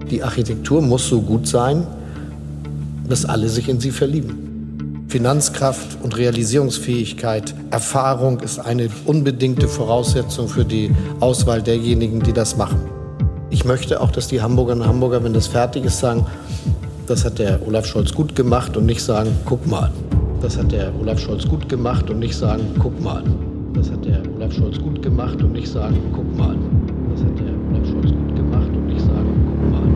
Die Architektur muss so gut sein, dass alle sich in sie verlieben. Finanzkraft und Realisierungsfähigkeit, Erfahrung ist eine unbedingte Voraussetzung für die Auswahl derjenigen, die das machen. Ich möchte auch, dass die Hamburgerinnen und Hamburger, wenn das fertig ist, sagen, das hat der Olaf Scholz gut gemacht und nicht sagen, guck mal. Das hat der Olaf Scholz gut gemacht und nicht sagen, guck mal. Das hat der Olaf Scholz gut gemacht und nicht sagen, guck mal. Das hat der Olaf Scholz gut gemacht und nicht sagen, guck mal.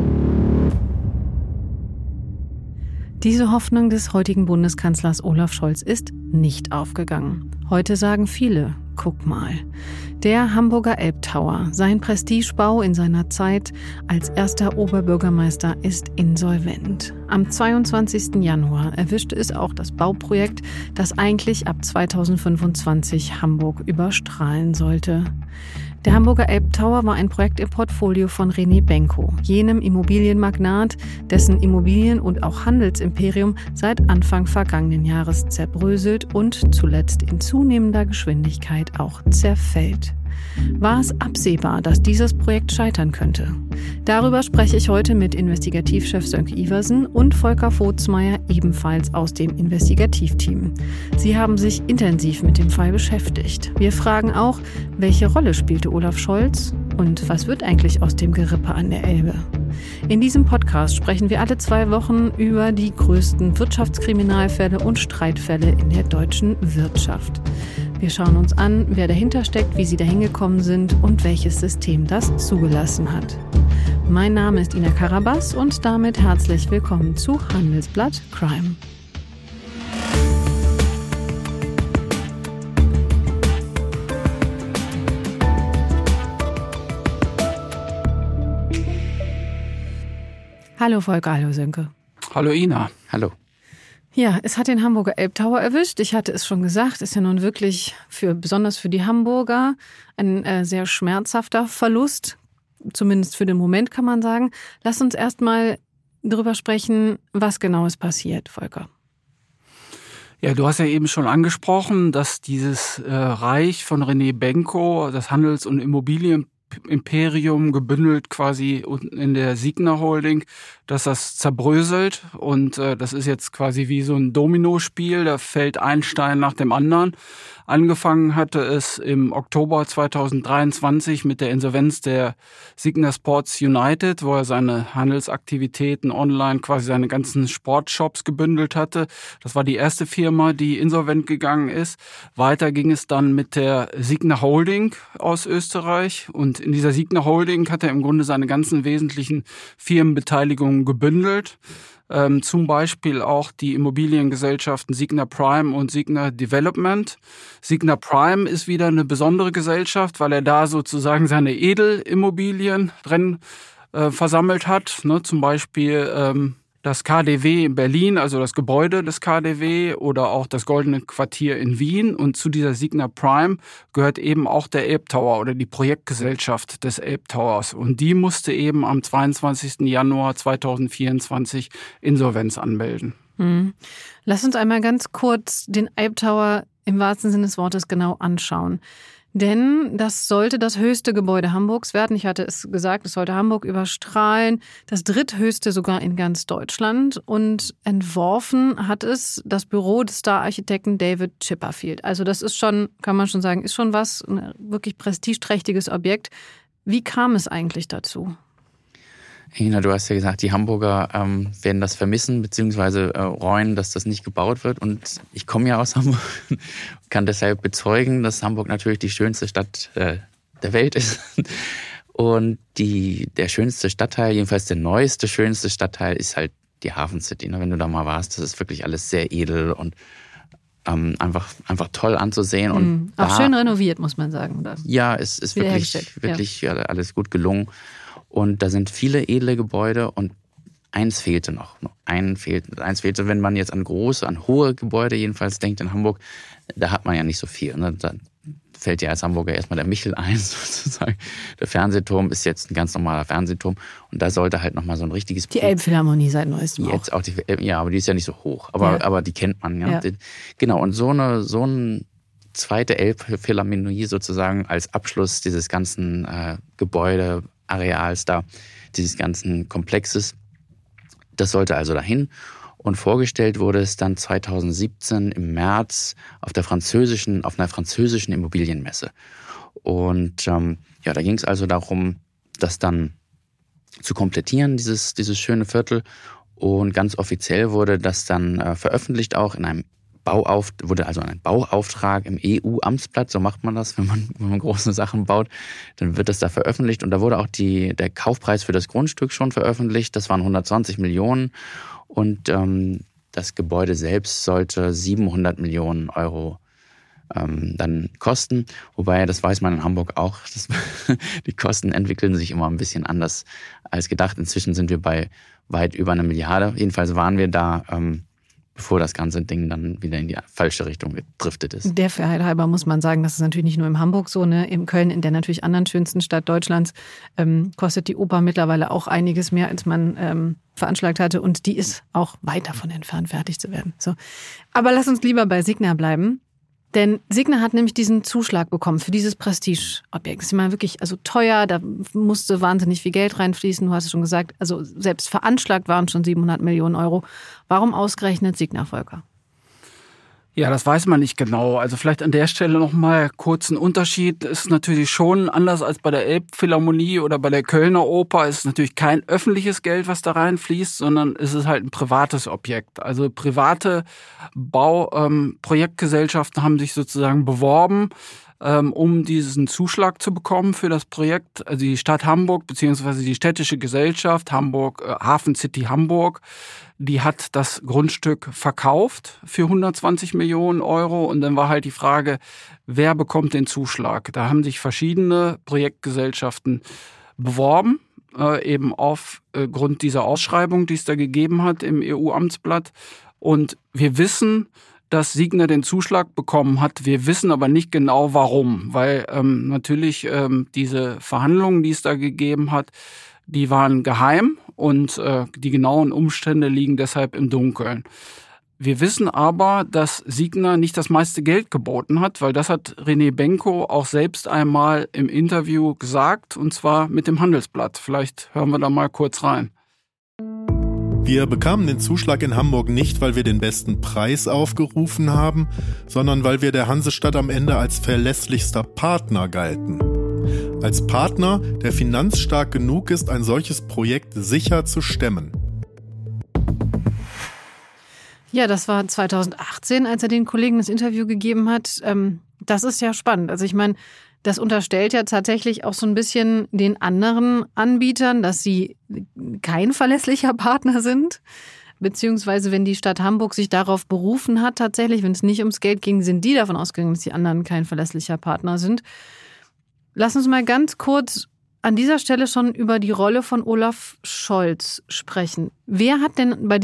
Diese Hoffnung des heutigen Bundeskanzlers Olaf Scholz ist nicht aufgegangen. Heute sagen viele, guck mal. Der Hamburger Elbtower, sein Prestigebau in seiner Zeit als erster Oberbürgermeister, ist insolvent. Am 22. Januar erwischte es auch das Bauprojekt, das eigentlich ab 2025 Hamburg überstrahlen sollte. Der Hamburger Elbtower war ein Projekt im Portfolio von René Benko, jenem Immobilienmagnat, dessen Immobilien- und auch Handelsimperium seit Anfang vergangenen Jahres zerbröselt und zuletzt in zunehmender Geschwindigkeit auch zerfällt. War es absehbar, dass dieses Projekt scheitern könnte? Darüber spreche ich heute mit Investigativchef Sönke Iversen und Volker Vogtsmeier, ebenfalls aus dem Investigativteam. Sie haben sich intensiv mit dem Fall beschäftigt. Wir fragen auch, welche Rolle spielte Olaf Scholz und was wird eigentlich aus dem Gerippe an der Elbe? In diesem Podcast sprechen wir alle 2 Wochen über die größten Wirtschaftskriminalfälle und Streitfälle in der deutschen Wirtschaft. Wir schauen uns an, wer dahinter steckt, wie sie dahin gekommen sind und welches System das zugelassen hat. Mein Name ist Ina Karabas und damit herzlich willkommen zu Handelsblatt Crime. Hallo Volker, hallo Sönke. Hallo Ina. Hallo. Ja, es hat den Hamburger Elbtower erwischt. Ich hatte es schon gesagt, ist ja nun wirklich besonders für die Hamburger ein sehr schmerzhafter Verlust. Zumindest für den Moment kann man sagen. Lass uns erst mal darüber sprechen, was genau ist passiert, Volker. Ja, du hast ja eben schon angesprochen, dass dieses Reich von René Benko, das Handels- und Immobilienimperium gebündelt quasi in der Signa Holding, dass das zerbröselt und das ist jetzt quasi wie so ein Dominospiel, da fällt ein Stein nach dem anderen. Angefangen hatte es im Oktober 2023 mit der Insolvenz der Signa Sports United, wo er seine Handelsaktivitäten online, quasi seine ganzen Sportshops gebündelt hatte. Das war die erste Firma, die insolvent gegangen ist. Weiter ging es dann mit der Signa Holding aus Österreich. Und in dieser Signa Holding hat er im Grunde seine ganzen wesentlichen Firmenbeteiligungen gebündelt. Zum Beispiel auch die Immobiliengesellschaften Signa Prime und Signa Development. Signa Prime ist wieder eine besondere Gesellschaft, weil er da sozusagen seine Edelimmobilien drin versammelt hat. Ne? Zum Beispiel das KaDeWe in Berlin, also das Gebäude des KaDeWe oder auch das Goldene Quartier in Wien. Und zu dieser Signa Prime gehört eben auch der Elbtower oder die Projektgesellschaft des Elbtowers. Und die musste eben am 22. Januar 2024 Insolvenz anmelden. Lass uns einmal ganz kurz den Elbtower im wahrsten Sinne des Wortes genau anschauen. Denn das sollte das höchste Gebäude Hamburgs werden. Ich hatte es gesagt, es sollte Hamburg überstrahlen. Das dritthöchste sogar in ganz Deutschland. Und entworfen hat es das Büro des Star-Architekten David Chipperfield. Also das ist schon, kann man schon sagen, ist schon was, ein wirklich prestigeträchtiges Objekt. Wie kam es eigentlich dazu? Ina, du hast ja gesagt, die Hamburger werden das vermissen, beziehungsweise reuen, dass das nicht gebaut wird. Und ich komme ja aus Hamburg, kann deshalb bezeugen, dass Hamburg natürlich die schönste Stadt der Welt ist. Und der schönste Stadtteil, jedenfalls der neueste, schönste Stadtteil ist halt die Hafen City. Wenn du da mal warst, das ist wirklich alles sehr edel und einfach toll anzusehen. Und auch schön renoviert, muss man sagen. Ja, es ist wirklich alles gut gelungen. Und da sind viele edle Gebäude und eins fehlte noch. Eins fehlte, wenn man jetzt an hohe Gebäude jedenfalls denkt in Hamburg, da hat man ja nicht so viel. Ne? Da fällt ja als Hamburger erstmal der Michel ein, sozusagen. Der Fernsehturm ist jetzt ein ganz normaler Fernsehturm und da sollte halt nochmal so ein richtiges... Die Elbphilharmonie seit neuestem jetzt auch. Ja, aber die ist ja nicht so hoch. Aber die kennt man, ja. Genau, und so eine zweite Elbphilharmonie sozusagen als Abschluss dieses ganzen Gebäudeareals da, dieses ganzen Komplexes. Das sollte also dahin. Und vorgestellt wurde es dann 2017 im März auf einer französischen Immobilienmesse. Und da ging es also darum, das dann zu komplettieren, dieses schöne Viertel. Und ganz offiziell wurde das dann veröffentlicht auch in einem wurde also ein Bauauftrag im EU-Amtsblatt, so macht man das, wenn man große Sachen baut, dann wird das da veröffentlicht. Und da wurde auch der Kaufpreis für das Grundstück schon veröffentlicht, das waren 120 Millionen. Und das Gebäude selbst sollte 700 Millionen Euro dann kosten. Wobei, das weiß man in Hamburg auch, die Kosten entwickeln sich immer ein bisschen anders als gedacht. Inzwischen sind wir bei weit über 1 Milliarde. Jedenfalls waren wir da, bevor das ganze Ding dann wieder in die falsche Richtung gedriftet ist. Der Fairheit halber muss man sagen, das ist natürlich nicht nur in Hamburg so, ne? In Köln, in der natürlich anderen schönsten Stadt Deutschlands, kostet die Oper mittlerweile auch einiges mehr, als man veranschlagt hatte. Und die ist auch weit davon entfernt, fertig zu werden. So. Aber lass uns lieber bei Signa bleiben. Denn Signa hat nämlich diesen Zuschlag bekommen für dieses Prestigeobjekt. Das ist immer wirklich teuer, da musste wahnsinnig viel Geld reinfließen. Du hast es schon gesagt, also selbst veranschlagt waren schon 700 Millionen Euro. Warum ausgerechnet Signa, Volker? Ja, das weiß man nicht genau. Also vielleicht an der Stelle nochmal kurz ein Unterschied. Ist natürlich schon anders als bei der Elbphilharmonie oder bei der Kölner Oper. Es ist natürlich kein öffentliches Geld, was da reinfließt, sondern es ist halt ein privates Objekt. Also private Projektgesellschaften haben sich sozusagen beworben, um diesen Zuschlag zu bekommen für das Projekt. Also die Stadt Hamburg bzw. die städtische Gesellschaft Hamburg, Hafen City Hamburg, die hat das Grundstück verkauft für 120 Millionen Euro. Und dann war halt die Frage, wer bekommt den Zuschlag? Da haben sich verschiedene Projektgesellschaften beworben, eben aufgrund dieser Ausschreibung, die es da gegeben hat im EU-Amtsblatt. Und wir wissen, dass Signa den Zuschlag bekommen hat. Wir wissen aber nicht genau, warum. Weil natürlich diese Verhandlungen, die es da gegeben hat, die waren geheim und die genauen Umstände liegen deshalb im Dunkeln. Wir wissen aber, dass Signa nicht das meiste Geld geboten hat, weil das hat René Benko auch selbst einmal im Interview gesagt, und zwar mit dem Handelsblatt. Vielleicht hören wir da mal kurz rein. Wir bekamen den Zuschlag in Hamburg nicht, weil wir den besten Preis aufgerufen haben, sondern weil wir der Hansestadt am Ende als verlässlichster Partner galten. Als Partner, der finanzstark genug ist, ein solches Projekt sicher zu stemmen. Ja, das war 2018, als er den Kollegen das Interview gegeben hat. Das ist ja spannend. Also ich meine, das unterstellt ja tatsächlich auch so ein bisschen den anderen Anbietern, dass sie kein verlässlicher Partner sind. Beziehungsweise, wenn die Stadt Hamburg sich darauf berufen hat, tatsächlich, wenn es nicht ums Geld ging, sind die davon ausgegangen, dass die anderen kein verlässlicher Partner sind. Lass uns mal ganz kurz an dieser Stelle schon über die Rolle von Olaf Scholz sprechen. Wer war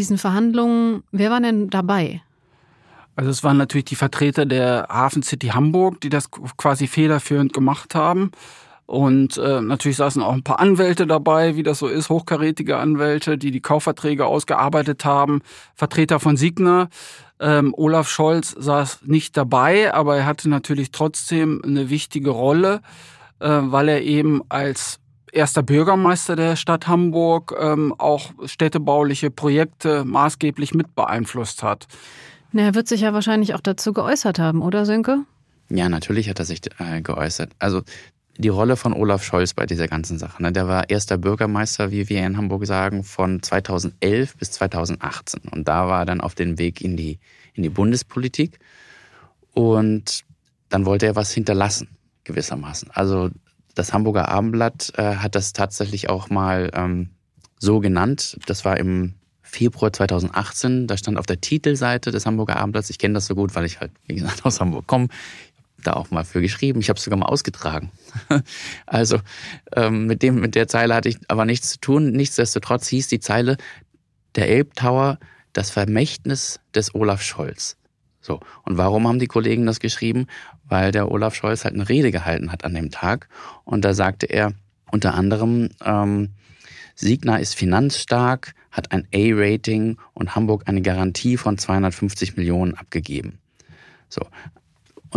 denn dabei? Also es waren natürlich die Vertreter der Hafen City Hamburg, die das quasi federführend gemacht haben. Und natürlich saßen auch ein paar Anwälte dabei, wie das so ist, hochkarätige Anwälte, die Kaufverträge ausgearbeitet haben, Vertreter von Signa. Olaf Scholz saß nicht dabei, aber er hatte natürlich trotzdem eine wichtige Rolle, weil er eben als erster Bürgermeister der Stadt Hamburg auch städtebauliche Projekte maßgeblich mit beeinflusst hat. Na, er wird sich ja wahrscheinlich auch dazu geäußert haben, oder Sönke? Ja, natürlich hat er sich geäußert. Also die Rolle von Olaf Scholz bei dieser ganzen Sache, ne? Der war erster Bürgermeister, wie wir in Hamburg sagen, von 2011 bis 2018. Und da war er dann auf dem Weg in die Bundespolitik. Und dann wollte er was hinterlassen, gewissermaßen. Also das Hamburger Abendblatt hat das tatsächlich auch mal so genannt. Das war im Februar 2018. Da stand auf der Titelseite des Hamburger Abendblatts, ich kenne das so gut, weil ich halt, wie gesagt, aus Hamburg komme, da auch mal für geschrieben. Ich habe es sogar mal ausgetragen. Also mit der Zeile hatte ich aber nichts zu tun. Nichtsdestotrotz hieß die Zeile, der Elbtower, das Vermächtnis des Olaf Scholz. So. Und warum haben die Kollegen das geschrieben? Weil der Olaf Scholz halt eine Rede gehalten hat an dem Tag. Und da sagte er unter anderem, Signa ist finanzstark, hat ein A-Rating und Hamburg eine Garantie von 250 Millionen abgegeben. So. Und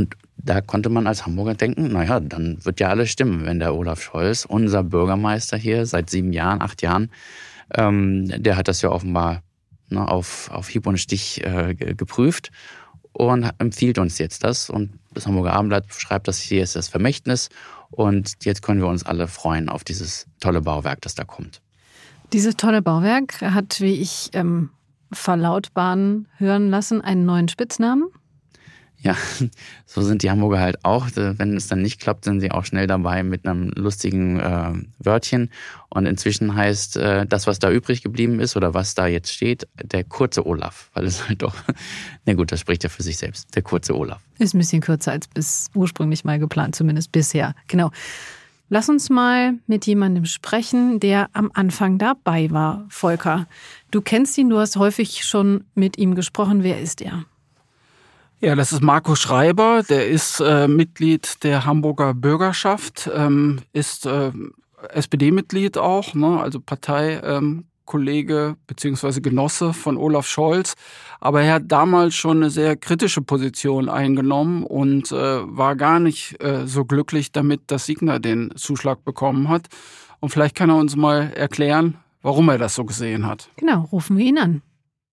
da konnte man als Hamburger denken, naja, dann wird ja alles stimmen, wenn der Olaf Scholz, unser Bürgermeister hier seit 7 Jahren, 8 Jahren, der hat das ja offenbar auf Hieb und Stich geprüft und empfiehlt uns jetzt das. Und das Hamburger Abendblatt schreibt, das hier ist das Vermächtnis und jetzt können wir uns alle freuen auf dieses tolle Bauwerk, das da kommt. Dieses tolle Bauwerk hat, wie ich verlautbaren hören lassen, einen neuen Spitznamen. Ja, so sind die Hamburger halt auch. Wenn es dann nicht klappt, sind sie auch schnell dabei mit einem lustigen Wörtchen. Und inzwischen heißt das, was da übrig geblieben ist oder was da jetzt steht, der kurze Olaf. Weil es halt doch, na gut, das spricht ja für sich selbst, der kurze Olaf. Ist ein bisschen kürzer als bis ursprünglich mal geplant, zumindest bisher. Genau. Lass uns mal mit jemandem sprechen, der am Anfang dabei war, Volker. Du kennst ihn, du hast häufig schon mit ihm gesprochen. Wer ist er? Ja, das ist Marco Schreiber, der ist Mitglied der Hamburger Bürgerschaft, ist SPD-Mitglied auch, ne, also Parteikollege bzw. Genosse von Olaf Scholz. Aber er hat damals schon eine sehr kritische Position eingenommen und war gar nicht so glücklich damit, dass Signa den Zuschlag bekommen hat. Und vielleicht kann er uns mal erklären, warum er das so gesehen hat. Genau, rufen wir ihn an.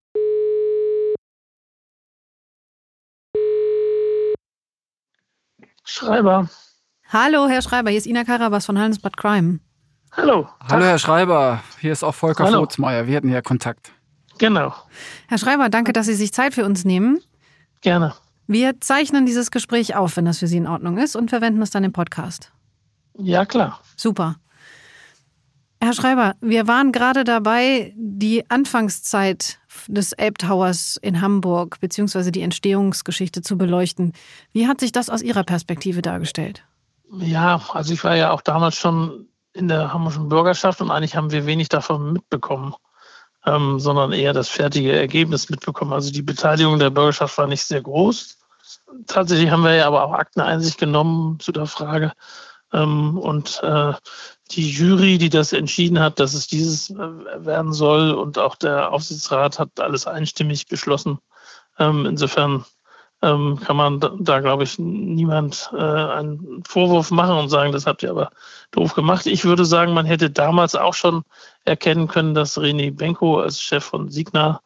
Schreiber. Hallo, Herr Schreiber, hier ist Ina Karabas von Handelsblatt Crime. Hallo. Hallo, Herr Schreiber, hier ist auch Volker Vogtsmeier. Wir hatten ja Kontakt. Genau. Herr Schreiber, danke, dass Sie sich Zeit für uns nehmen. Gerne. Wir zeichnen dieses Gespräch auf, wenn das für Sie in Ordnung ist, und verwenden es dann im Podcast. Ja, klar. Super. Herr Schreiber, wir waren gerade dabei, die Anfangszeit des Elbtowers in Hamburg bzw. die Entstehungsgeschichte zu beleuchten. Wie hat sich das aus Ihrer Perspektive dargestellt? Ja, also ich war ja auch damals schon in der hamburgischen Bürgerschaft und eigentlich haben wir wenig davon mitbekommen, sondern eher das fertige Ergebnis mitbekommen. Also die Beteiligung der Bürgerschaft war nicht sehr groß. Tatsächlich haben wir ja aber auch Akteneinsicht genommen zu der Frage. Und die Jury, die das entschieden hat, dass es dieses werden soll, und auch der Aufsichtsrat hat alles einstimmig beschlossen. Insofern kann man da, glaube ich, niemand einen Vorwurf machen und sagen, das habt ihr aber doof gemacht. Ich würde sagen, man hätte damals auch schon erkennen können, dass René Benko als Chef von Signa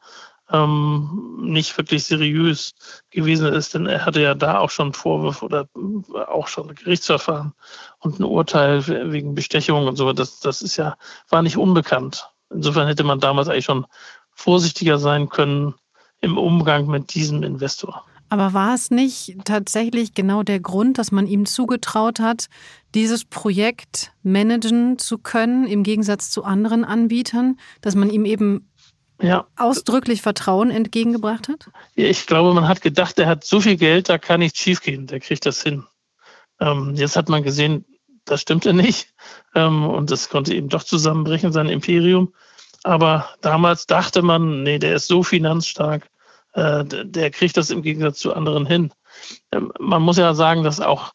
nicht wirklich seriös gewesen ist, denn er hatte ja da auch schon Vorwürfe oder auch schon ein Gerichtsverfahren und ein Urteil wegen Bestechung und so. Das ist ja, war nicht unbekannt. Insofern hätte man damals eigentlich schon vorsichtiger sein können im Umgang mit diesem Investor. Aber war es nicht tatsächlich genau der Grund, dass man ihm zugetraut hat, dieses Projekt managen zu können, im Gegensatz zu anderen Anbietern, dass man ihm eben ausdrücklich Vertrauen entgegengebracht hat? Ja, ich glaube, man hat gedacht, er hat so viel Geld, da kann nichts schiefgehen, der kriegt das hin. Jetzt hat man gesehen, das stimmte nicht, und das konnte eben doch zusammenbrechen, sein Imperium. Aber damals dachte man, nee, der ist so finanzstark, der kriegt das im Gegensatz zu anderen hin. Man muss ja sagen, dass auch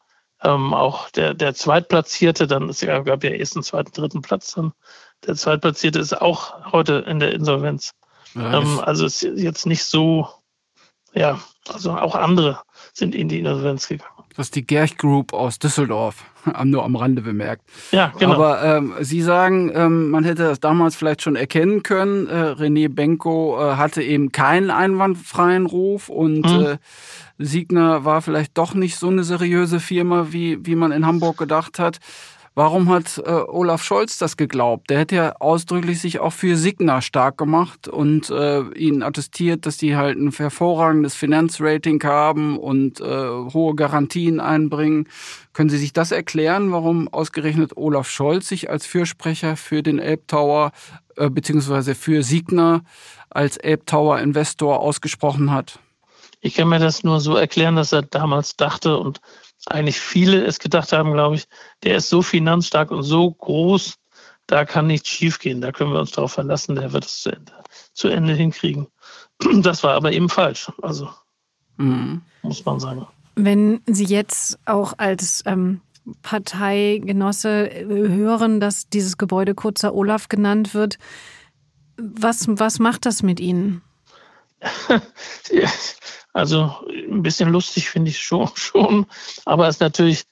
der Zweitplatzierte, es gab ja ersten, zweiten, dritten Platz dann, der Zweitplatzierte ist auch heute in der Insolvenz. Also ist jetzt nicht so, also auch andere sind in die Insolvenz gegangen. Das ist die Gerch Group aus Düsseldorf, nur am Rande bemerkt. Ja, genau. Aber Sie sagen, man hätte das damals vielleicht schon erkennen können. René Benko hatte eben keinen einwandfreien Ruf und Signa war vielleicht doch nicht so eine seriöse Firma, wie man in Hamburg gedacht hat. Warum hat Olaf Scholz das geglaubt? Der hätte ja ausdrücklich sich auch für Signa stark gemacht und ihnen attestiert, dass die halt ein hervorragendes Finanzrating haben und hohe Garantien einbringen. Können Sie sich das erklären, warum ausgerechnet Olaf Scholz sich als Fürsprecher für den Elbtower beziehungsweise für Signa als Elbtower-Investor ausgesprochen hat? Ich kann mir das nur so erklären, dass er damals dachte und eigentlich viele es gedacht haben, glaube ich, der ist so finanzstark und so groß, da kann nichts schiefgehen. Da können wir uns darauf verlassen, der wird es zu Ende hinkriegen. Das war aber eben falsch, also muss man sagen. Wenn Sie jetzt auch als Parteigenosse hören, dass dieses Gebäude kurzer Olaf genannt wird, was macht das mit Ihnen? Also ein bisschen lustig finde ich schon, aber es ist natürlich,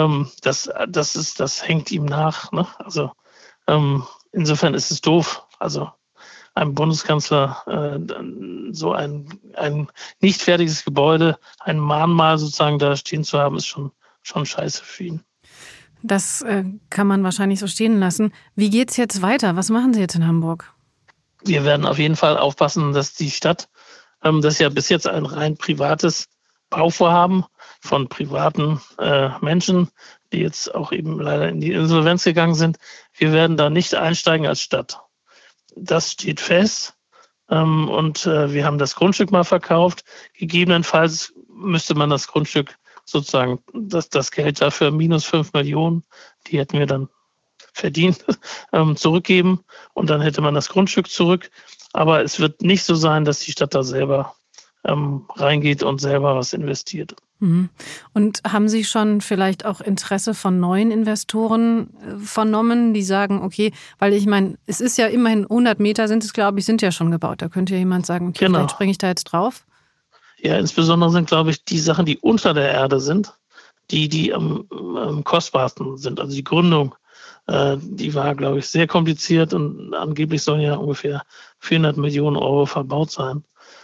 das hängt ihm nach. Ne? Also insofern ist es doof. Also einem Bundeskanzler so ein nicht fertiges Gebäude, ein Mahnmal sozusagen da stehen zu haben, ist schon scheiße für ihn. Das kann man wahrscheinlich so stehen lassen. Wie geht's jetzt weiter? Was machen Sie jetzt in Hamburg? Wir werden auf jeden Fall aufpassen, dass die Stadt, das ist ja bis jetzt ein rein privates Bauvorhaben von privaten Menschen, die jetzt auch eben leider in die Insolvenz gegangen sind. Wir werden da nicht einsteigen als Stadt. Das steht fest. Und wir haben das Grundstück mal verkauft. Gegebenenfalls müsste man das Grundstück sozusagen, das Geld dafür minus 5 Millionen, die hätten wir dann verdient, zurückgeben. Und dann hätte man das Grundstück zurück. Aber es wird nicht so sein, dass die Stadt da selber reingeht und selber was investiert. Und haben Sie schon vielleicht auch Interesse von neuen Investoren vernommen, die sagen, okay, weil ich meine, es ist ja immerhin 100 Meter sind es, glaube ich, sind ja schon gebaut. Da könnte ja jemand sagen, okay, Vielleicht springe ich da jetzt drauf. Ja, insbesondere sind, glaube ich, die Sachen, die unter der Erde sind, die am kostbarsten sind. Also die Gründung, die war, glaube ich, sehr kompliziert und angeblich sollen ja ungefähr 400 Millionen Euro verbaut sein.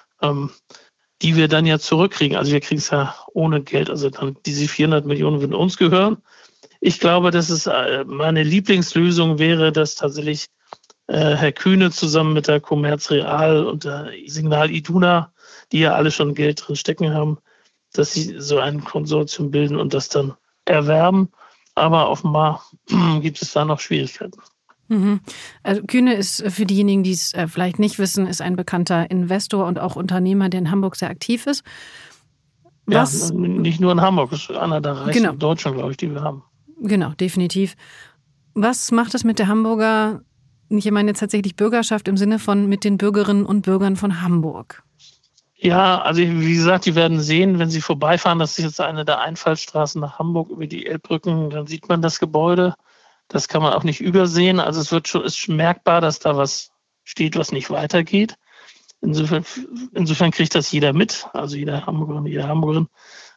Die wir dann ja zurückkriegen. Also wir kriegen es ja ohne Geld. Also dann diese 400 Millionen würden uns gehören. Ich glaube, dass es meine Lieblingslösung wäre, dass tatsächlich Herr Kühne zusammen mit der Commerz Real und der Signal Iduna, die ja alle schon Geld drin stecken haben, dass sie so ein Konsortium bilden und das dann erwerben. Aber offenbar gibt es da noch Schwierigkeiten. Also Kühne ist, für diejenigen, die es vielleicht nicht wissen, ist ein bekannter Investor und auch Unternehmer, der in Hamburg sehr aktiv ist. Ja, nicht nur in Hamburg, ist einer der reichsten in Deutschland, glaube ich, die wir haben. Genau, definitiv. Was macht es mit der Hamburger, ich meine jetzt tatsächlich Bürgerschaft im Sinne von mit den Bürgerinnen und Bürgern von Hamburg? Ja, also wie gesagt, die werden sehen, wenn sie vorbeifahren, das ist jetzt eine der Einfallstraßen nach Hamburg über die Elbbrücken, dann sieht man das Gebäude. Das kann man auch nicht übersehen. Also ist merkbar, dass da was steht, was nicht weitergeht. Insofern kriegt das jeder mit. Also jeder Hamburgerin, jede Hamburgerin.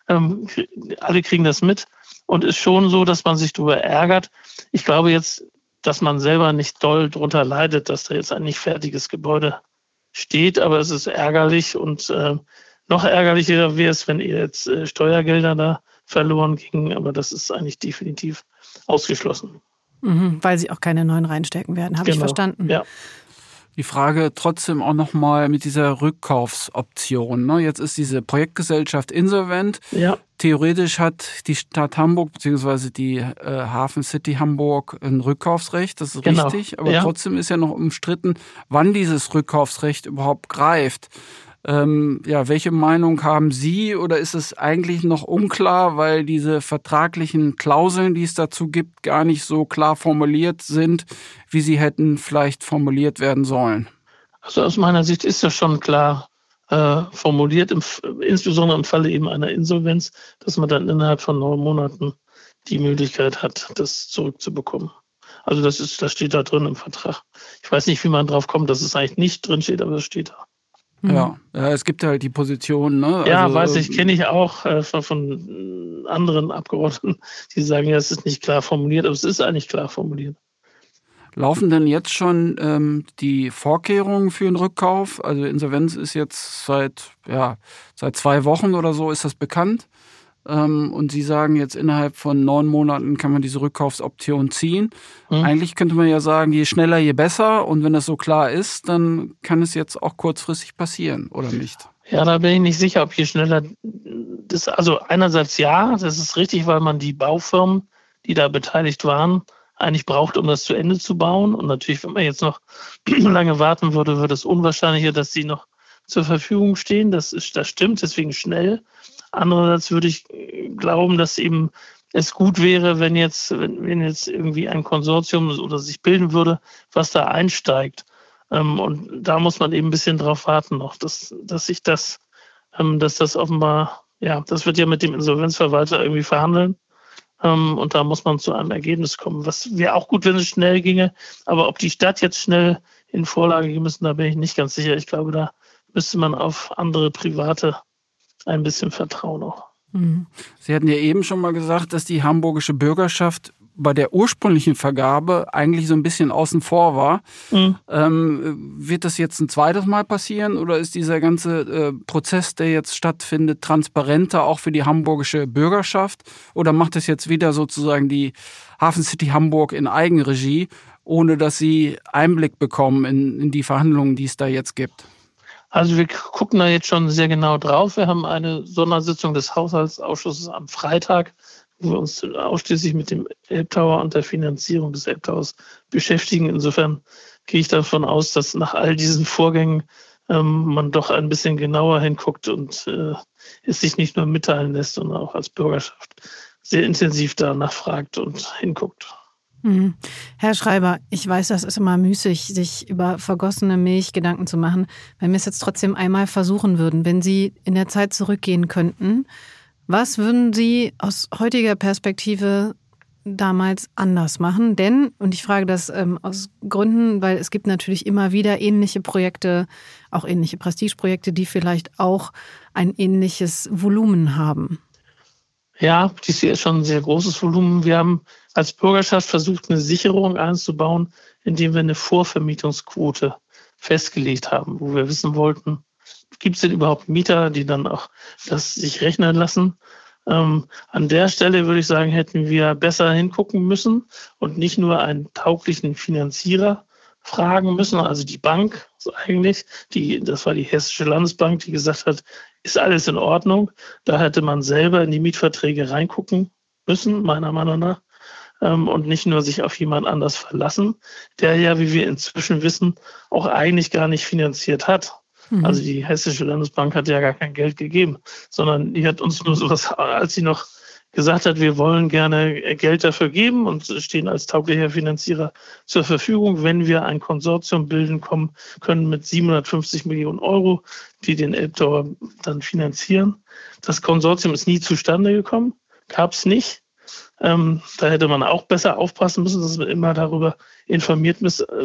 Alle kriegen das mit. Und ist schon so, dass man sich darüber ärgert. Ich glaube jetzt, dass man selber nicht doll drunter leidet, dass da jetzt ein nicht fertiges Gebäude steht. Aber es ist ärgerlich. Und noch ärgerlicher wäre es, wenn jetzt Steuergelder da verloren gingen. Aber das ist eigentlich definitiv ausgeschlossen. Weil sie auch keine neuen reinstecken werden, habe ich verstanden. Ja. Die Frage trotzdem auch nochmal mit dieser Rückkaufsoption. Ne? Jetzt ist diese Projektgesellschaft insolvent. Ja. Theoretisch hat die Stadt Hamburg bzw. die Hafen City Hamburg ein Rückkaufsrecht, das ist richtig. Aber trotzdem ist ja noch umstritten, wann dieses Rückkaufsrecht überhaupt greift. Welche Meinung haben Sie oder ist es eigentlich noch unklar, weil diese vertraglichen Klauseln, die es dazu gibt, gar nicht so klar formuliert sind, wie sie hätten vielleicht formuliert werden sollen? Also aus meiner Sicht ist das schon klar formuliert, insbesondere im Falle eben einer Insolvenz, dass man dann innerhalb von 9 Monaten die Möglichkeit hat, das zurückzubekommen. Also das steht da drin im Vertrag. Ich weiß nicht, wie man drauf kommt, dass es eigentlich nicht drin steht, aber es steht da. Ja, es gibt halt die Position, ne? Ja, also, kenne ich auch von anderen Abgeordneten, die sagen, ja, es ist nicht klar formuliert, aber es ist eigentlich klar formuliert. Laufen denn jetzt schon die Vorkehrungen für einen Rückkauf? Also Insolvenz ist jetzt seit 2 Wochen oder so ist das bekannt. Und Sie sagen jetzt, innerhalb von 9 Monaten kann man diese Rückkaufsoption ziehen. Eigentlich könnte man ja sagen, je schneller, je besser. Und wenn das so klar ist, dann kann es jetzt auch kurzfristig passieren, oder nicht? Ja, da bin ich nicht sicher, ob je schneller das, also einerseits ja, das ist richtig, weil man die Baufirmen, die da beteiligt waren, eigentlich braucht, um das zu Ende zu bauen. Und natürlich, wenn man jetzt noch lange warten würde, würde es unwahrscheinlicher, dass sie noch zur Verfügung stehen. Das stimmt, deswegen schnell. Andererseits würde ich glauben, dass eben es gut wäre, wenn jetzt irgendwie ein Konsortium oder sich bilden würde, was da einsteigt. Und da muss man eben ein bisschen drauf warten noch, dass das offenbar, ja, das wird ja mit dem Insolvenzverwalter irgendwie verhandeln. Und da muss man zu einem Ergebnis kommen. Was wäre auch gut, wenn es schnell ginge. Aber ob die Stadt jetzt schnell in Vorlage gehen müssen, da bin ich nicht ganz sicher. Ich glaube, da müsste man auf andere Private ein bisschen vertrauen auch. Sie hatten ja eben schon mal gesagt, dass die hamburgische Bürgerschaft bei der ursprünglichen Vergabe eigentlich so ein bisschen außen vor war. Wird das jetzt ein zweites Mal passieren oder ist dieser ganze Prozess, der jetzt stattfindet, transparenter auch für die hamburgische Bürgerschaft? Oder macht das jetzt wieder sozusagen die Hafen City Hamburg in Eigenregie, ohne dass Sie Einblick bekommen in die Verhandlungen, die es da jetzt gibt? Also wir gucken da jetzt schon sehr genau drauf. Wir haben eine Sondersitzung des Haushaltsausschusses am Freitag, wo wir uns ausschließlich mit dem Elbtower und der Finanzierung des Elbtowers beschäftigen. Insofern gehe ich davon aus, dass nach all diesen Vorgängen man doch ein bisschen genauer hinguckt und es sich nicht nur mitteilen lässt, sondern auch als Bürgerschaft sehr intensiv danach fragt und hinguckt. Herr Schreiber, ich weiß, das ist immer müßig, sich über vergossene Milch Gedanken zu machen. Wenn wir es jetzt trotzdem einmal versuchen würden, wenn Sie in der Zeit zurückgehen könnten, was würden Sie aus heutiger Perspektive damals anders machen? Denn, und ich frage das aus Gründen, weil es gibt natürlich immer wieder ähnliche Projekte, auch ähnliche Prestigeprojekte, die vielleicht auch ein ähnliches Volumen haben. Ja, dies hier ist schon ein sehr großes Volumen. Wir haben als Bürgerschaft versucht, eine Sicherung einzubauen, indem wir eine Vorvermietungsquote festgelegt haben, wo wir wissen wollten, gibt es denn überhaupt Mieter, die dann auch das sich rechnen lassen? An der Stelle würde ich sagen, hätten wir besser hingucken müssen und nicht nur einen tauglichen Finanzierer fragen müssen, also die Bank so eigentlich, das war die Hessische Landesbank, die gesagt hat, ist alles in Ordnung. Da hätte man selber in die Mietverträge reingucken müssen, meiner Meinung nach, und nicht nur sich auf jemand anders verlassen, der ja, wie wir inzwischen wissen, auch eigentlich gar nicht finanziert hat. Also die Hessische Landesbank hat ja gar kein Geld gegeben, sondern die hat uns nur sowas, als sie noch gesagt hat, wir wollen gerne Geld dafür geben und stehen als tauglicher Finanzierer zur Verfügung, wenn wir ein Konsortium bilden können mit 750 Millionen Euro, die den Elbtower dann finanzieren. Das Konsortium ist nie zustande gekommen, gab es nicht. Da hätte man auch besser aufpassen müssen, dass man immer darüber informiert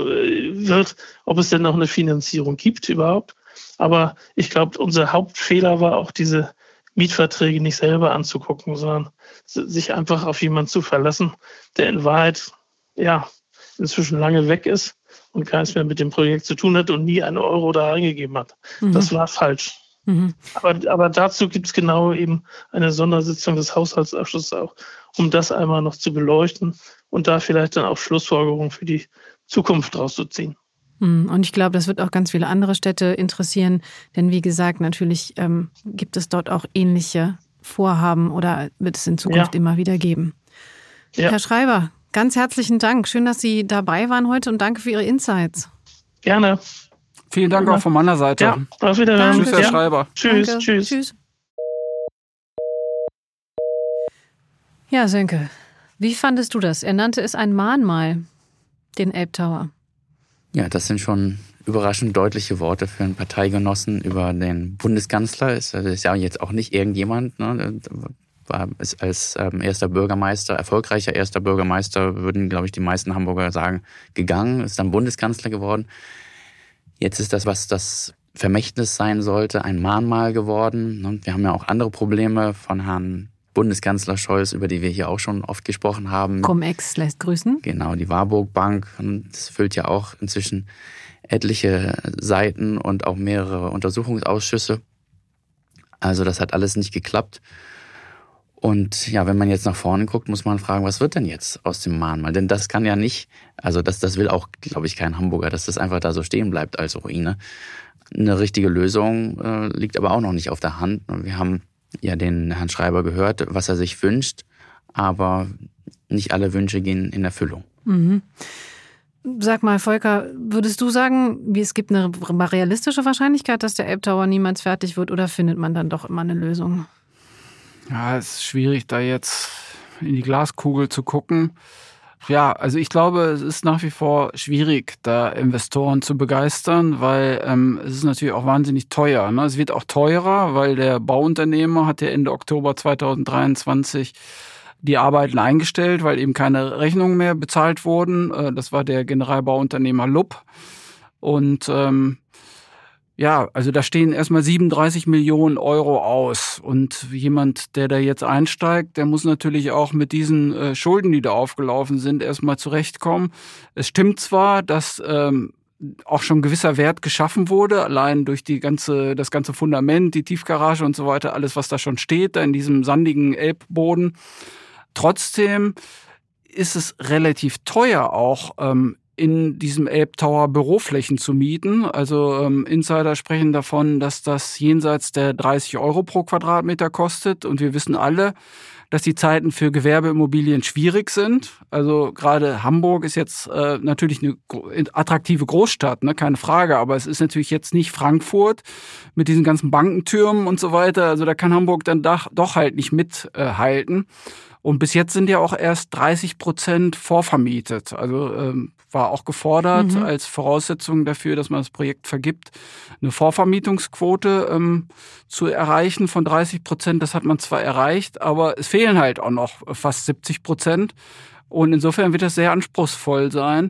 wird, ob es denn noch eine Finanzierung gibt überhaupt. Aber ich glaube, unser Hauptfehler war auch, diese Mietverträge nicht selber anzugucken, sondern sich einfach auf jemanden zu verlassen, der in Wahrheit ja inzwischen lange weg ist und gar nichts mehr mit dem Projekt zu tun hat und nie einen Euro da reingegeben hat. Das war falsch. Aber dazu gibt es genau eben eine Sondersitzung des Haushaltsausschusses auch, um das einmal noch zu beleuchten und da vielleicht dann auch Schlussfolgerungen für die Zukunft draus zu ziehen. Und ich glaube, das wird auch ganz viele andere Städte interessieren, denn wie gesagt, natürlich gibt es dort auch ähnliche Vorhaben oder wird es in Zukunft immer wieder geben. Ja. Herr Schreiber, ganz herzlichen Dank. Schön, dass Sie dabei waren heute und danke für Ihre Insights. Gerne. Vielen Dank auch von meiner Seite. Ja, auf Wiedersehen. Tschüss, Herr Schreiber. Tschüss. Ja, Sönke, wie fandest du das? Er nannte es ein Mahnmal, den Elbtower. Ja, das sind schon überraschend deutliche Worte für einen Parteigenossen über den Bundeskanzler. Das ist ja jetzt auch nicht irgendjemand, ne? Ist als erfolgreicher erster Bürgermeister, würden, glaube ich, die meisten Hamburger sagen, gegangen, ist dann Bundeskanzler geworden. Jetzt ist das, was das Vermächtnis sein sollte, ein Mahnmal geworden. Und wir haben ja auch andere Probleme von Herrn Bundeskanzler Scholz, über die wir hier auch schon oft gesprochen haben. Cum-Ex lässt grüßen. Genau, die Warburg Bank. Und das füllt ja auch inzwischen etliche Seiten und auch mehrere Untersuchungsausschüsse. Also das hat alles nicht geklappt. Und ja, wenn man jetzt nach vorne guckt, muss man fragen, was wird denn jetzt aus dem Mahnmal? Denn das kann ja nicht, also das will auch, glaube ich, kein Hamburger, dass das einfach da so stehen bleibt als Ruine. Eine richtige Lösung liegt aber auch noch nicht auf der Hand. Wir haben ja den Herrn Schreiber gehört, was er sich wünscht, aber nicht alle Wünsche gehen in Erfüllung. Sag mal, Volker, würdest du sagen, es gibt eine realistische Wahrscheinlichkeit, dass der Elbtower niemals fertig wird, oder findet man dann doch immer eine Lösung? Ja, es ist schwierig, da jetzt in die Glaskugel zu gucken. Ja, also ich glaube, es ist nach wie vor schwierig, da Investoren zu begeistern, weil es ist natürlich auch wahnsinnig teuer. Ne? Es wird auch teurer, weil der Bauunternehmer hat ja Ende Oktober 2023 die Arbeiten eingestellt, weil eben keine Rechnungen mehr bezahlt wurden. Das war der Generalbauunternehmer Lupp. Und Ja, also da stehen erstmal 37 Millionen Euro aus. Und jemand, der da jetzt einsteigt, der muss natürlich auch mit diesen Schulden, die da aufgelaufen sind, erstmal zurechtkommen. Es stimmt zwar, dass auch schon ein gewisser Wert geschaffen wurde, allein durch das ganze Fundament, die Tiefgarage und so weiter, alles, was da schon steht, da in diesem sandigen Elbboden. Trotzdem ist es relativ teuer auch, in diesem Elbtower Büroflächen zu mieten. Also Insider sprechen davon, dass das jenseits der 30 Euro pro Quadratmeter kostet. Und wir wissen alle, dass die Zeiten für Gewerbeimmobilien schwierig sind. Also gerade Hamburg ist jetzt natürlich eine attraktive Großstadt, ne? Keine Frage. Aber es ist natürlich jetzt nicht Frankfurt mit diesen ganzen Bankentürmen und so weiter. Also da kann Hamburg dann doch halt nicht mithalten. Und bis jetzt sind ja auch erst 30% vorvermietet. Also war auch gefordert als Voraussetzung dafür, dass man das Projekt vergibt, eine Vorvermietungsquote zu erreichen von 30%. Das hat man zwar erreicht, aber es fehlen halt auch noch fast 70%. Und insofern wird das sehr anspruchsvoll sein.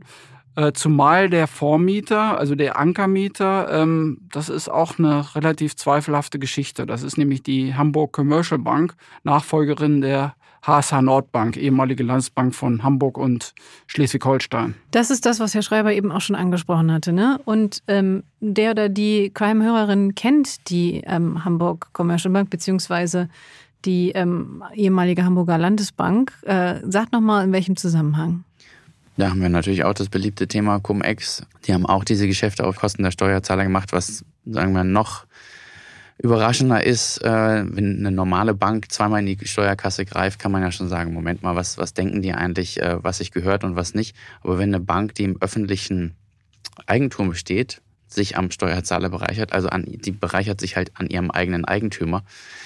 Zumal der Vormieter, also der Ankermieter, das ist auch eine relativ zweifelhafte Geschichte. Das ist nämlich die Hamburg Commercial Bank, Nachfolgerin der HSH Nordbank, ehemalige Landesbank von Hamburg und Schleswig-Holstein. Das ist das, was Herr Schreiber eben auch schon angesprochen hatte, ne? Und der oder die Crime-Hörerin kennt die Hamburg Commercial Bank beziehungsweise die ehemalige Hamburger Landesbank. Sagt nochmal, in welchem Zusammenhang? Da haben wir natürlich auch das beliebte Thema Cum-Ex. Die haben auch diese Geschäfte auf Kosten der Steuerzahler gemacht, was, sagen wir, noch überraschender ist, wenn eine normale Bank zweimal in die Steuerkasse greift, kann man ja schon sagen, Moment mal, was denken die eigentlich, was sich gehört und was nicht. Aber wenn eine Bank, die im öffentlichen Eigentum besteht, sich am Steuerzahler bereichert, also die bereichert sich halt an ihrem eigenen Eigentümer.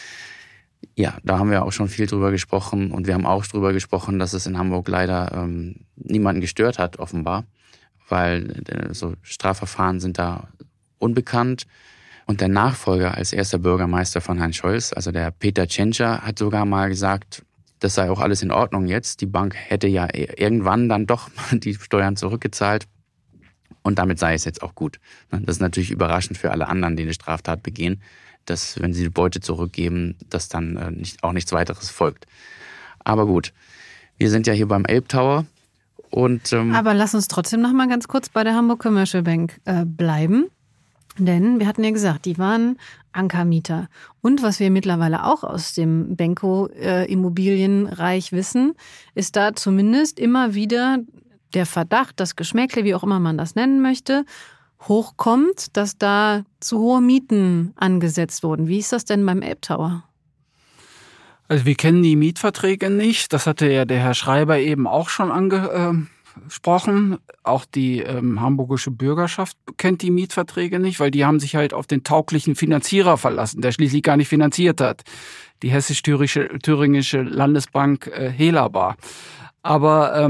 Ja, da haben wir auch schon viel drüber gesprochen und wir haben auch drüber gesprochen, dass es in Hamburg leider niemanden gestört hat, offenbar, weil so Strafverfahren sind da unbekannt. Und der Nachfolger als erster Bürgermeister von Herrn Scholz, also der Peter Tschentscher, hat sogar mal gesagt, das sei auch alles in Ordnung jetzt. Die Bank hätte ja irgendwann dann doch die Steuern zurückgezahlt und damit sei es jetzt auch gut. Das ist natürlich überraschend für alle anderen, die eine Straftat begehen, dass, wenn sie die Beute zurückgeben, dass dann auch nichts weiteres folgt. Aber gut, wir sind ja hier beim Elbtower. Aber lass uns trotzdem noch mal ganz kurz bei der Hamburg Commercial Bank bleiben. Denn wir hatten ja gesagt, die waren Ankermieter. Und was wir mittlerweile auch aus dem Benko-Immobilienreich wissen, ist da zumindest immer wieder der Verdacht, das Geschmäckle, wie auch immer man das nennen möchte, hochkommt, dass da zu hohe Mieten angesetzt wurden. Wie ist das denn beim Elbtower? Also wir kennen die Mietverträge nicht. Das hatte ja der Herr Schreiber eben auch schon angesprochen. Auch die hamburgische Bürgerschaft kennt die Mietverträge nicht, weil die haben sich halt auf den tauglichen Finanzierer verlassen, der schließlich gar nicht finanziert hat. Die hessisch-thüringische Landesbank Helaba. Aber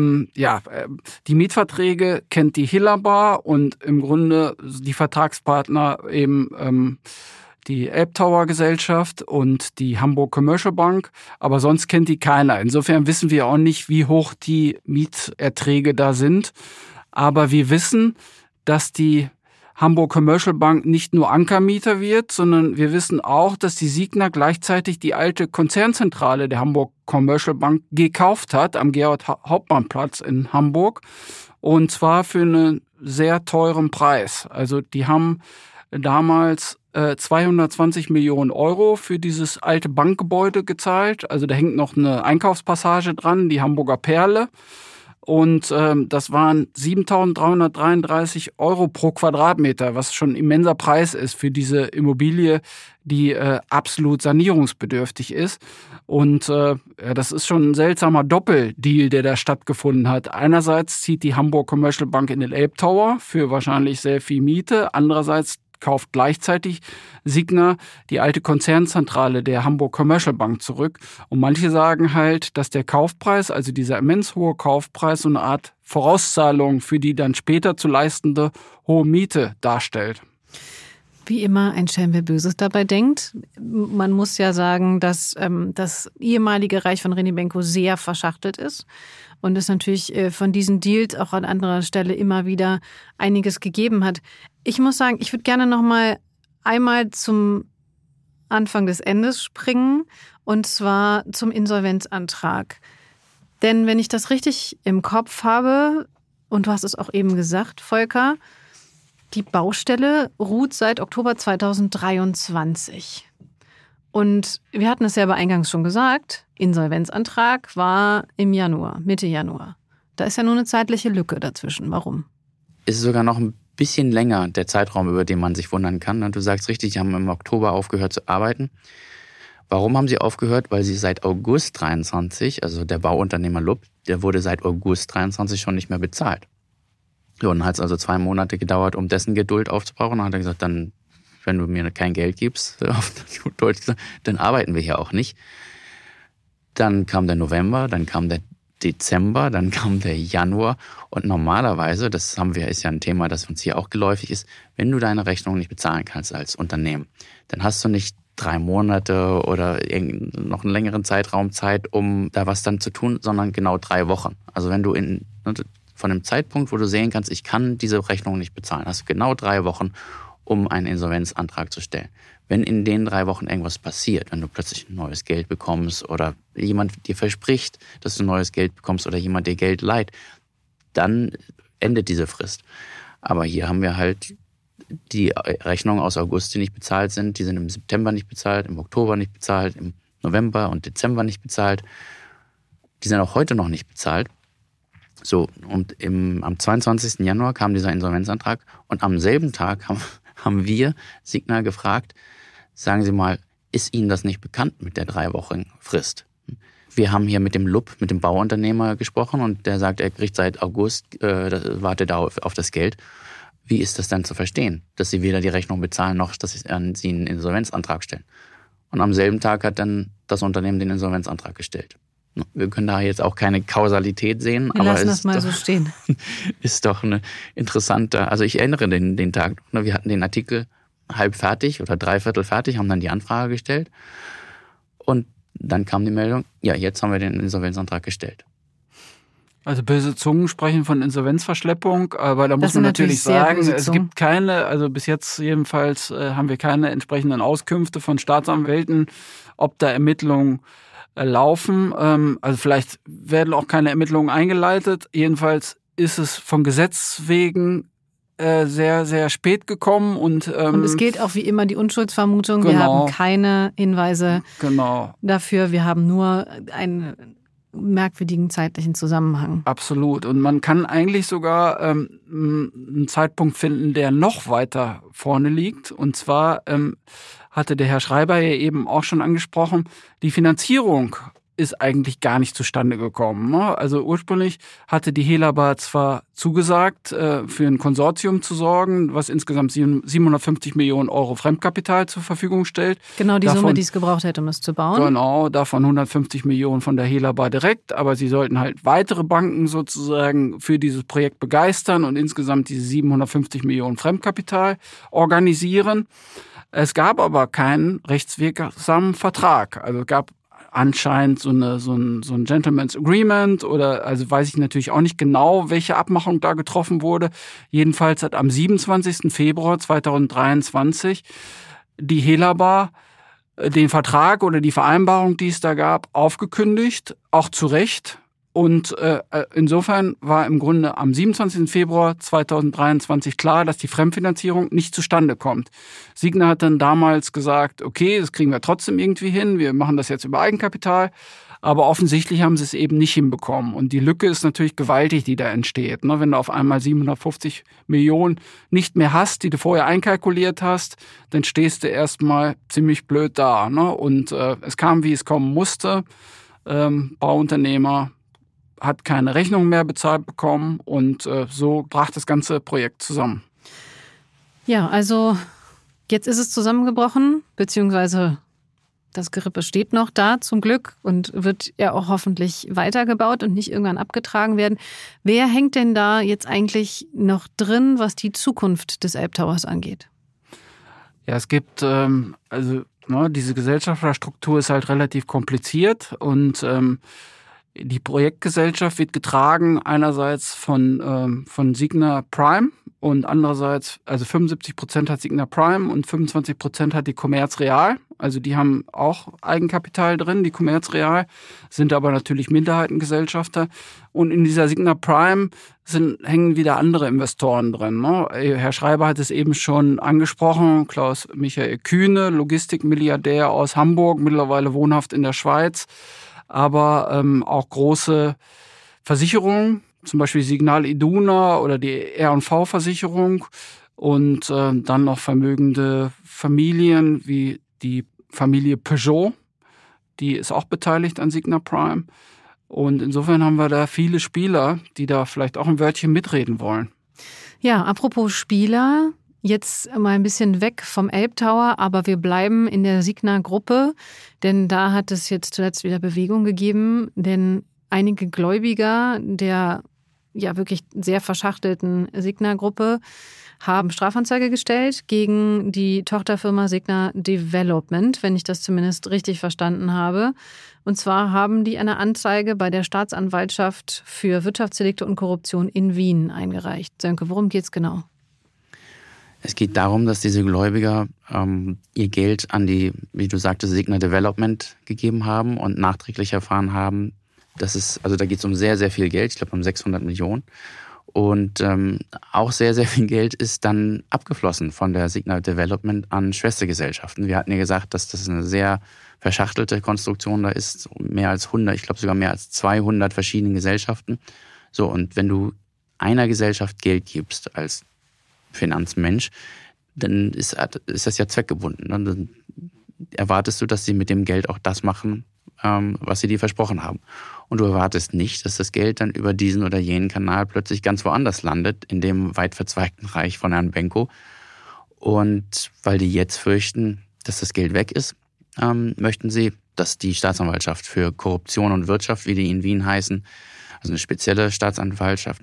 die Mietverträge kennt die Helaba und im Grunde die Vertragspartner eben die Elbtower Gesellschaft und die Hamburg Commercial Bank, aber sonst kennt die keiner. Insofern wissen wir auch nicht, wie hoch die Mieterträge da sind. Aber wir wissen, dass die Hamburg Commercial Bank nicht nur Ankermieter wird, sondern wir wissen auch, dass die Signa gleichzeitig die alte Konzernzentrale der Hamburg Commercial Bank gekauft hat am Georg-Hauptmann-Platz in Hamburg und zwar für einen sehr teuren Preis. Also die haben damals 220 Millionen Euro für dieses alte Bankgebäude gezahlt. Also da hängt noch eine Einkaufspassage dran, die Hamburger Perle. Und das waren 7.333 Euro pro Quadratmeter, was schon ein immenser Preis ist für diese Immobilie, die absolut sanierungsbedürftig ist. Und das ist schon ein seltsamer Doppeldeal, der da stattgefunden hat. Einerseits zieht die Hamburg Commercial Bank in den Elbtower für wahrscheinlich sehr viel Miete. Andererseits kauft gleichzeitig Signa die alte Konzernzentrale der Hamburg Commercial Bank zurück. Und manche sagen halt, dass der Kaufpreis, also dieser immens hohe Kaufpreis, so eine Art Vorauszahlung für die dann später zu leistende hohe Miete darstellt. Wie immer ein Schelm, wer Böses dabei denkt. Man muss ja sagen, dass das ehemalige Reich von René Benko sehr verschachtelt ist. Und es natürlich von diesen Deals auch an anderer Stelle immer wieder einiges gegeben hat. Ich muss sagen, ich würde gerne noch mal einmal zum Anfang des Endes springen, und zwar zum Insolvenzantrag. Denn wenn ich das richtig im Kopf habe, und du hast es auch eben gesagt, Volker, die Baustelle ruht seit Oktober 2023. Und wir hatten es ja aber eingangs schon gesagt, Insolvenzantrag war im Januar, Mitte Januar. Da ist ja nur eine zeitliche Lücke dazwischen. Warum? Ist sogar noch ein bisschen länger der Zeitraum, über den man sich wundern kann. Du sagst richtig, die haben im Oktober aufgehört zu arbeiten. Warum haben sie aufgehört? Weil sie seit August 23, also der Bauunternehmer Lupp, der wurde seit August 23 schon nicht mehr bezahlt. So, und dann hat es also 2 Monate gedauert, um dessen Geduld aufzubrauchen. Dann hat er gesagt, dann, wenn du mir kein Geld gibst, auf Deutsch gesagt, dann arbeiten wir hier auch nicht. Dann kam der November, dann kam der Dezember, dann kam der Januar. Und normalerweise, ist ja ein Thema, das uns hier auch geläufig ist, wenn du deine Rechnung nicht bezahlen kannst als Unternehmen, dann hast du nicht 3 Monate oder noch einen längeren Zeitraum Zeit, um da was dann zu tun, sondern genau 3 Wochen. Also wenn du von dem Zeitpunkt, wo du sehen kannst, ich kann diese Rechnung nicht bezahlen, hast du genau 3 Wochen, um einen Insolvenzantrag zu stellen. Wenn in den 3 Wochen irgendwas passiert, wenn du plötzlich neues Geld bekommst oder jemand dir verspricht, dass du neues Geld bekommst oder jemand dir Geld leiht, dann endet diese Frist. Aber hier haben wir halt die Rechnungen aus August, die nicht bezahlt sind, die sind im September nicht bezahlt, im Oktober nicht bezahlt, im November und Dezember nicht bezahlt. Die sind auch heute noch nicht bezahlt. So, und am 22. Januar kam dieser Insolvenzantrag und am selben Tag haben wir Signa gefragt, sagen Sie mal, ist Ihnen das nicht bekannt mit der 3 Wochen Frist? Wir haben hier mit dem Lupp, mit dem Bauunternehmer gesprochen und der sagt, er kriegt seit August, wartet auf das Geld. Wie ist das denn zu verstehen, dass Sie weder die Rechnung bezahlen, noch dass Sie einen Insolvenzantrag stellen? Und am selben Tag hat dann das Unternehmen den Insolvenzantrag gestellt. Wir können da jetzt auch keine Kausalität sehen. Wir lassen das mal so stehen. Ist doch eine interessante, also ich erinnere den Tag, wir hatten den Artikel halb fertig oder 3/4 fertig, haben dann die Anfrage gestellt und dann kam die Meldung, ja, jetzt haben wir den Insolvenzantrag gestellt. Also böse Zungen sprechen von Insolvenzverschleppung, aber da muss man natürlich sagen, es gibt keine, also bis jetzt jedenfalls haben wir keine entsprechenden Auskünfte von Staatsanwälten, ob da Ermittlungen laufen. Also vielleicht werden auch keine Ermittlungen eingeleitet. Jedenfalls ist es von Gesetz wegen sehr, sehr spät gekommen. Und es gilt auch wie immer die Unschuldsvermutung. Genau. Wir haben keine Hinweise dafür. Wir haben nur einen merkwürdigen zeitlichen Zusammenhang. Absolut. Und man kann eigentlich sogar einen Zeitpunkt finden, der noch weiter vorne liegt. Und zwar hatte der Herr Schreiber ja eben auch schon angesprochen, die Finanzierung ist eigentlich gar nicht zustande gekommen. Also ursprünglich hatte die Helaba zwar zugesagt, für ein Konsortium zu sorgen, was insgesamt 750 Millionen Euro Fremdkapital zur Verfügung stellt. Genau die Summe, die es gebraucht hätte, um es zu bauen. Genau, davon 150 Millionen von der Helaba direkt. Aber sie sollten halt weitere Banken sozusagen für dieses Projekt begeistern und insgesamt diese 750 Millionen Fremdkapital organisieren. Es gab aber keinen rechtswirksamen Vertrag. Also es gab anscheinend so ein Gentleman's Agreement oder, also weiß ich natürlich auch nicht genau, welche Abmachung da getroffen wurde. Jedenfalls hat am 27. Februar 2023 die Helaba den Vertrag oder die Vereinbarung, die es da gab, aufgekündigt, auch zu Recht. Und insofern war im Grunde am 27. Februar 2023 klar, dass die Fremdfinanzierung nicht zustande kommt. Signa hat dann damals gesagt, okay, das kriegen wir trotzdem irgendwie hin, wir machen das jetzt über Eigenkapital. Aber offensichtlich haben sie es eben nicht hinbekommen. Und die Lücke ist natürlich gewaltig, die da entsteht. Wenn du auf einmal 750 Millionen nicht mehr hast, die du vorher einkalkuliert hast, dann stehst du erstmal ziemlich blöd da. Und es kam, wie es kommen musste. Bauunternehmer hat keine Rechnung mehr bezahlt bekommen und so brach das ganze Projekt zusammen. Ja, also jetzt ist es zusammengebrochen, beziehungsweise das Gerippe steht noch da zum Glück und wird ja auch hoffentlich weitergebaut und nicht irgendwann abgetragen werden. Wer hängt denn da jetzt eigentlich noch drin, was die Zukunft des Elbtowers angeht? Ja, es gibt, diese Gesellschafterstruktur ist halt relativ kompliziert und Die Projektgesellschaft wird getragen einerseits von Signa Prime und andererseits, also 75% hat Signa Prime und 25% hat die Commerz Real. Also die haben auch Eigenkapital drin, die Commerz Real, sind aber natürlich Minderheitengesellschafter. Und in dieser Signa Prime hängen wieder andere Investoren drin. Ne? Herr Schreiber hat es eben schon angesprochen, Klaus Michael Kühne, Logistikmilliardär aus Hamburg, mittlerweile wohnhaft in der Schweiz, aber auch große Versicherungen, zum Beispiel Signal Iduna oder die R&V-Versicherung und dann noch vermögende Familien wie die Familie Peugeot, die ist auch beteiligt an Signa Prime. Und insofern haben wir da viele Spieler, die da vielleicht auch ein Wörtchen mitreden wollen. Ja, apropos Spieler, jetzt mal ein bisschen weg vom Elbtower, aber wir bleiben in der Signa-Gruppe, denn da hat es jetzt zuletzt wieder Bewegung gegeben, denn einige Gläubiger der ja wirklich sehr verschachtelten Signa-Gruppe haben Strafanzeige gestellt gegen die Tochterfirma Signa Development, wenn ich das zumindest richtig verstanden habe. Und zwar haben die eine Anzeige bei der Staatsanwaltschaft für Wirtschaftsdelikte und Korruption in Wien eingereicht. Sönke, worum geht's genau? Es geht darum, dass diese Gläubiger ihr Geld an die, wie du sagtest, Signa Development gegeben haben und nachträglich erfahren haben, dass da geht es um sehr, sehr viel Geld, ich glaube um 600 Millionen. Und auch sehr, sehr viel Geld ist dann abgeflossen von der Signa Development an Schwestergesellschaften. Wir hatten ja gesagt, dass das eine sehr verschachtelte Konstruktion da ist. Mehr als 100, ich glaube sogar mehr als 200 verschiedene Gesellschaften. So, und wenn du einer Gesellschaft Geld gibst als Finanzmensch, dann ist das ja zweckgebunden. Dann erwartest du, dass sie mit dem Geld auch das machen, was sie dir versprochen haben. Und du erwartest nicht, dass das Geld dann über diesen oder jenen Kanal plötzlich ganz woanders landet, in dem weit verzweigten Reich von Herrn Benko. Und weil die jetzt fürchten, dass das Geld weg ist, möchten sie, dass die Staatsanwaltschaft für Korruption und Wirtschaft, wie die in Wien heißen, also eine spezielle Staatsanwaltschaft,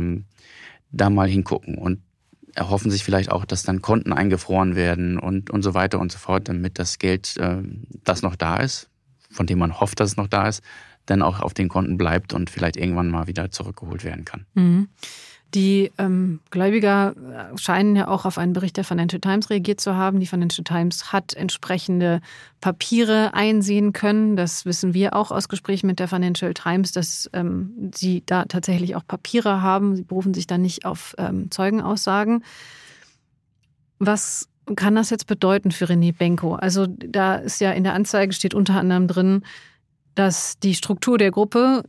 da mal hingucken und erhoffen sich vielleicht auch, dass dann Konten eingefroren werden und so weiter und so fort, damit das Geld, das noch da ist, von dem man hofft, dass es noch da ist, dann auch auf den Konten bleibt und vielleicht irgendwann mal wieder zurückgeholt werden kann. Mhm. Die Gläubiger scheinen ja auch auf einen Bericht der Financial Times reagiert zu haben. Die Financial Times hat entsprechende Papiere einsehen können. Das wissen wir auch aus Gesprächen mit der Financial Times, dass sie da tatsächlich auch Papiere haben. Sie berufen sich da nicht auf Zeugenaussagen. Was kann das jetzt bedeuten für René Benko? Also da ist ja in der Anzeige steht unter anderem drin, dass die Struktur der Gruppe,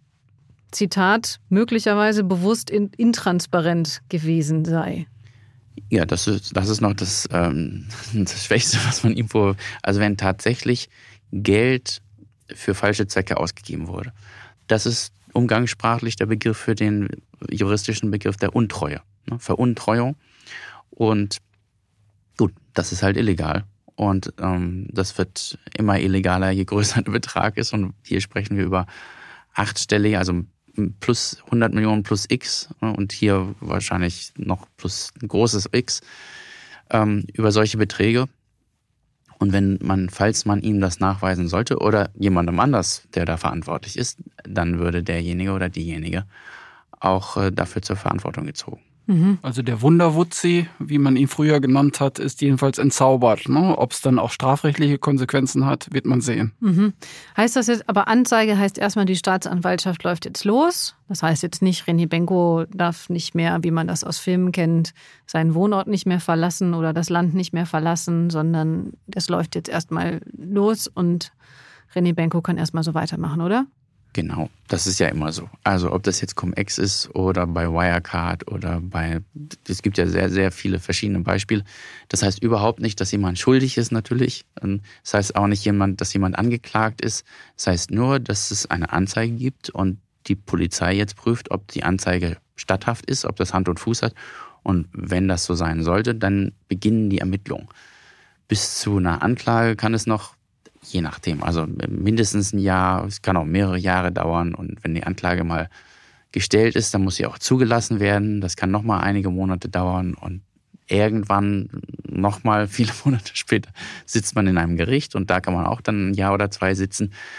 Zitat, möglicherweise bewusst intransparent gewesen sei. Ja, das ist noch das Schwächste, was man ihm vor. Also wenn tatsächlich Geld für falsche Zwecke ausgegeben wurde. Das ist umgangssprachlich der Begriff für den juristischen Begriff der Untreue. Ne? Veruntreuung. Und gut, das ist halt illegal. Und das wird immer illegaler, je größer der Betrag ist. Und hier sprechen wir über 8-stellig, also plus 100 Millionen plus X und hier wahrscheinlich noch plus ein großes X über solche Beträge. Und falls man ihm das nachweisen sollte oder jemandem anders, der da verantwortlich ist, dann würde derjenige oder diejenige auch dafür zur Verantwortung gezogen. Also der Wunderwutzi, wie man ihn früher genannt hat, ist jedenfalls entzaubert. Ne? Ob es dann auch strafrechtliche Konsequenzen hat, wird man sehen. Heißt das jetzt, aber Anzeige heißt erstmal, die Staatsanwaltschaft läuft jetzt los. Das heißt jetzt nicht, René Benko darf nicht mehr, wie man das aus Filmen kennt, seinen Wohnort nicht mehr verlassen oder das Land nicht mehr verlassen, sondern das läuft jetzt erstmal los und René Benko kann erstmal so weitermachen, oder? Genau, das ist ja immer so. Also ob das jetzt Cum-Ex ist oder bei Wirecard oder es gibt ja sehr, sehr viele verschiedene Beispiele. Das heißt überhaupt nicht, dass jemand schuldig ist natürlich. Das heißt auch nicht, dass jemand angeklagt ist. Das heißt nur, dass es eine Anzeige gibt und die Polizei jetzt prüft, ob die Anzeige statthaft ist, ob das Hand und Fuß hat. Und wenn das so sein sollte, dann beginnen die Ermittlungen. Bis zu einer Anklage kann es noch, je nachdem, also mindestens ein Jahr, es kann auch mehrere Jahre dauern. Und wenn die Anklage mal gestellt ist, dann muss sie auch zugelassen werden. Das kann nochmal einige Monate dauern. Und irgendwann nochmal viele Monate später sitzt man in einem Gericht und da kann man auch dann ein Jahr oder 2 sitzen.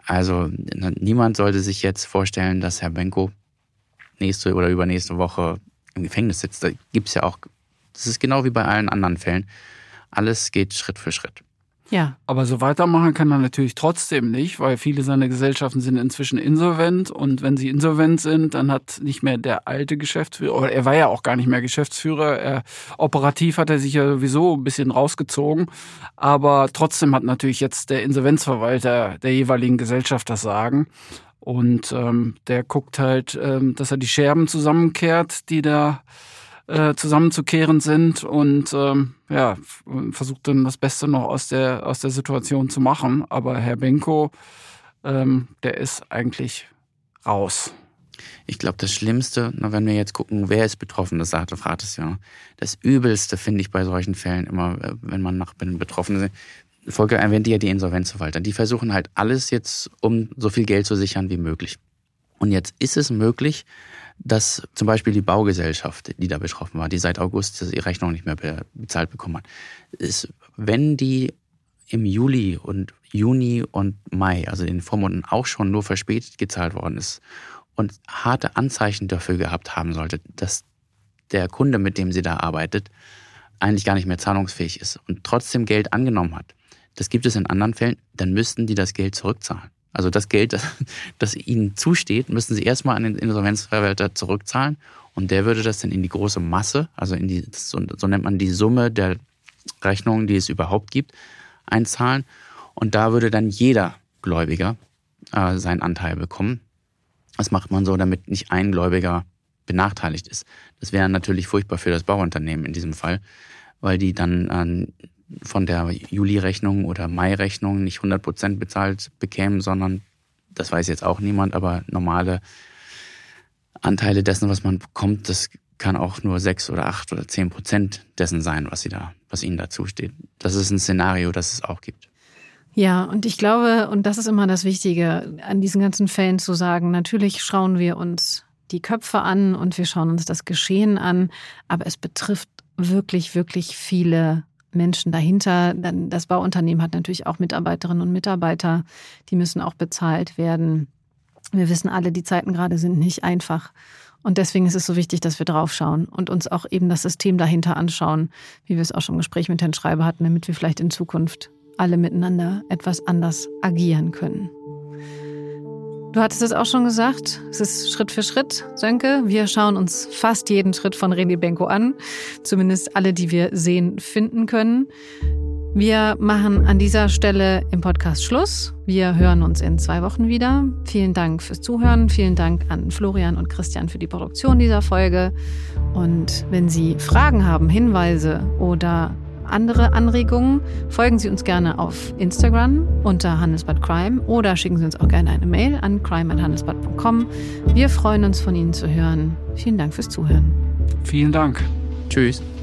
Also niemand sollte sich jetzt vorstellen, dass Herr Benko nächste oder übernächste Woche im Gefängnis sitzt. Da gibt's ja auch, das ist genau wie bei allen anderen Fällen, alles geht Schritt für Schritt. Ja. Aber so weitermachen kann er natürlich trotzdem nicht, weil viele seiner Gesellschaften sind inzwischen insolvent und wenn sie insolvent sind, dann hat nicht mehr der alte Geschäftsführer, oder er war ja auch gar nicht mehr Geschäftsführer, operativ hat er sich ja sowieso ein bisschen rausgezogen, aber trotzdem hat natürlich jetzt der Insolvenzverwalter der jeweiligen Gesellschaft das Sagen und der guckt halt, dass er die Scherben zusammenkehrt, die da zusammenzukehren sind und versucht dann das Beste noch aus der Situation zu machen. Aber Herr Benko, der ist eigentlich raus. Ich glaube, das Schlimmste, wenn wir jetzt gucken, wer ist betroffen, das sagte Frates ja. Das Übelste finde ich bei solchen Fällen immer, wenn man nach Betroffenen ist. Volker erwähnte ja die Insolvenzverwalter. Die versuchen halt alles jetzt, um so viel Geld zu sichern wie möglich. Und jetzt ist es möglich, dass zum Beispiel die Baugesellschaft, die da betroffen war, die seit August ihre Rechnung nicht mehr bezahlt bekommen hat, ist, wenn die im Juli und Juni und Mai, also in den Vormonaten auch schon nur verspätet gezahlt worden ist und harte Anzeichen dafür gehabt haben sollte, dass der Kunde, mit dem sie da arbeitet, eigentlich gar nicht mehr zahlungsfähig ist und trotzdem Geld angenommen hat, das gibt es in anderen Fällen, dann müssten die das Geld zurückzahlen. Also das Geld, das ihnen zusteht, müssen sie erstmal an den Insolvenzverwalter zurückzahlen und der würde das dann in die große Masse, also in die, so nennt man die Summe der Rechnungen, die es überhaupt gibt, einzahlen und da würde dann jeder Gläubiger seinen Anteil bekommen. Das macht man so, damit nicht ein Gläubiger benachteiligt ist. Das wäre natürlich furchtbar für das Bauunternehmen in diesem Fall, weil die dann von der Juli-Rechnung oder Mai-Rechnung nicht 100% bezahlt bekämen, sondern, das weiß jetzt auch niemand, aber normale Anteile dessen, was man bekommt, das kann auch nur 6 oder 8 oder 10% dessen sein, was ihnen dazu steht. Das ist ein Szenario, das es auch gibt. Ja, und ich glaube, und das ist immer das Wichtige, an diesen ganzen Fällen zu sagen, natürlich schauen wir uns die Köpfe an und wir schauen uns das Geschehen an, aber es betrifft wirklich, wirklich viele Menschen dahinter. Das Bauunternehmen hat natürlich auch Mitarbeiterinnen und Mitarbeiter, die müssen auch bezahlt werden. Wir wissen alle, die Zeiten gerade sind nicht einfach. Und deswegen ist es so wichtig, dass wir draufschauen und uns auch eben das System dahinter anschauen, wie wir es auch schon im Gespräch mit Herrn Schreiber hatten, damit wir vielleicht in Zukunft alle miteinander etwas anders agieren können. Du hattest es auch schon gesagt, es ist Schritt für Schritt, Sönke. Wir schauen uns fast jeden Schritt von René Benko an, zumindest alle, die wir sehen, finden können. Wir machen an dieser Stelle im Podcast Schluss. Wir hören uns in 2 Wochen wieder. Vielen Dank fürs Zuhören. Vielen Dank an Florian und Christian für die Produktion dieser Folge. Und wenn Sie Fragen haben, Hinweise oder andere Anregungen, folgen Sie uns gerne auf Instagram unter Handelsblatt Crime oder schicken Sie uns auch gerne eine Mail an crime@handelsblatt.com. Wir freuen uns, von Ihnen zu hören. Vielen Dank fürs Zuhören. Vielen Dank. Tschüss.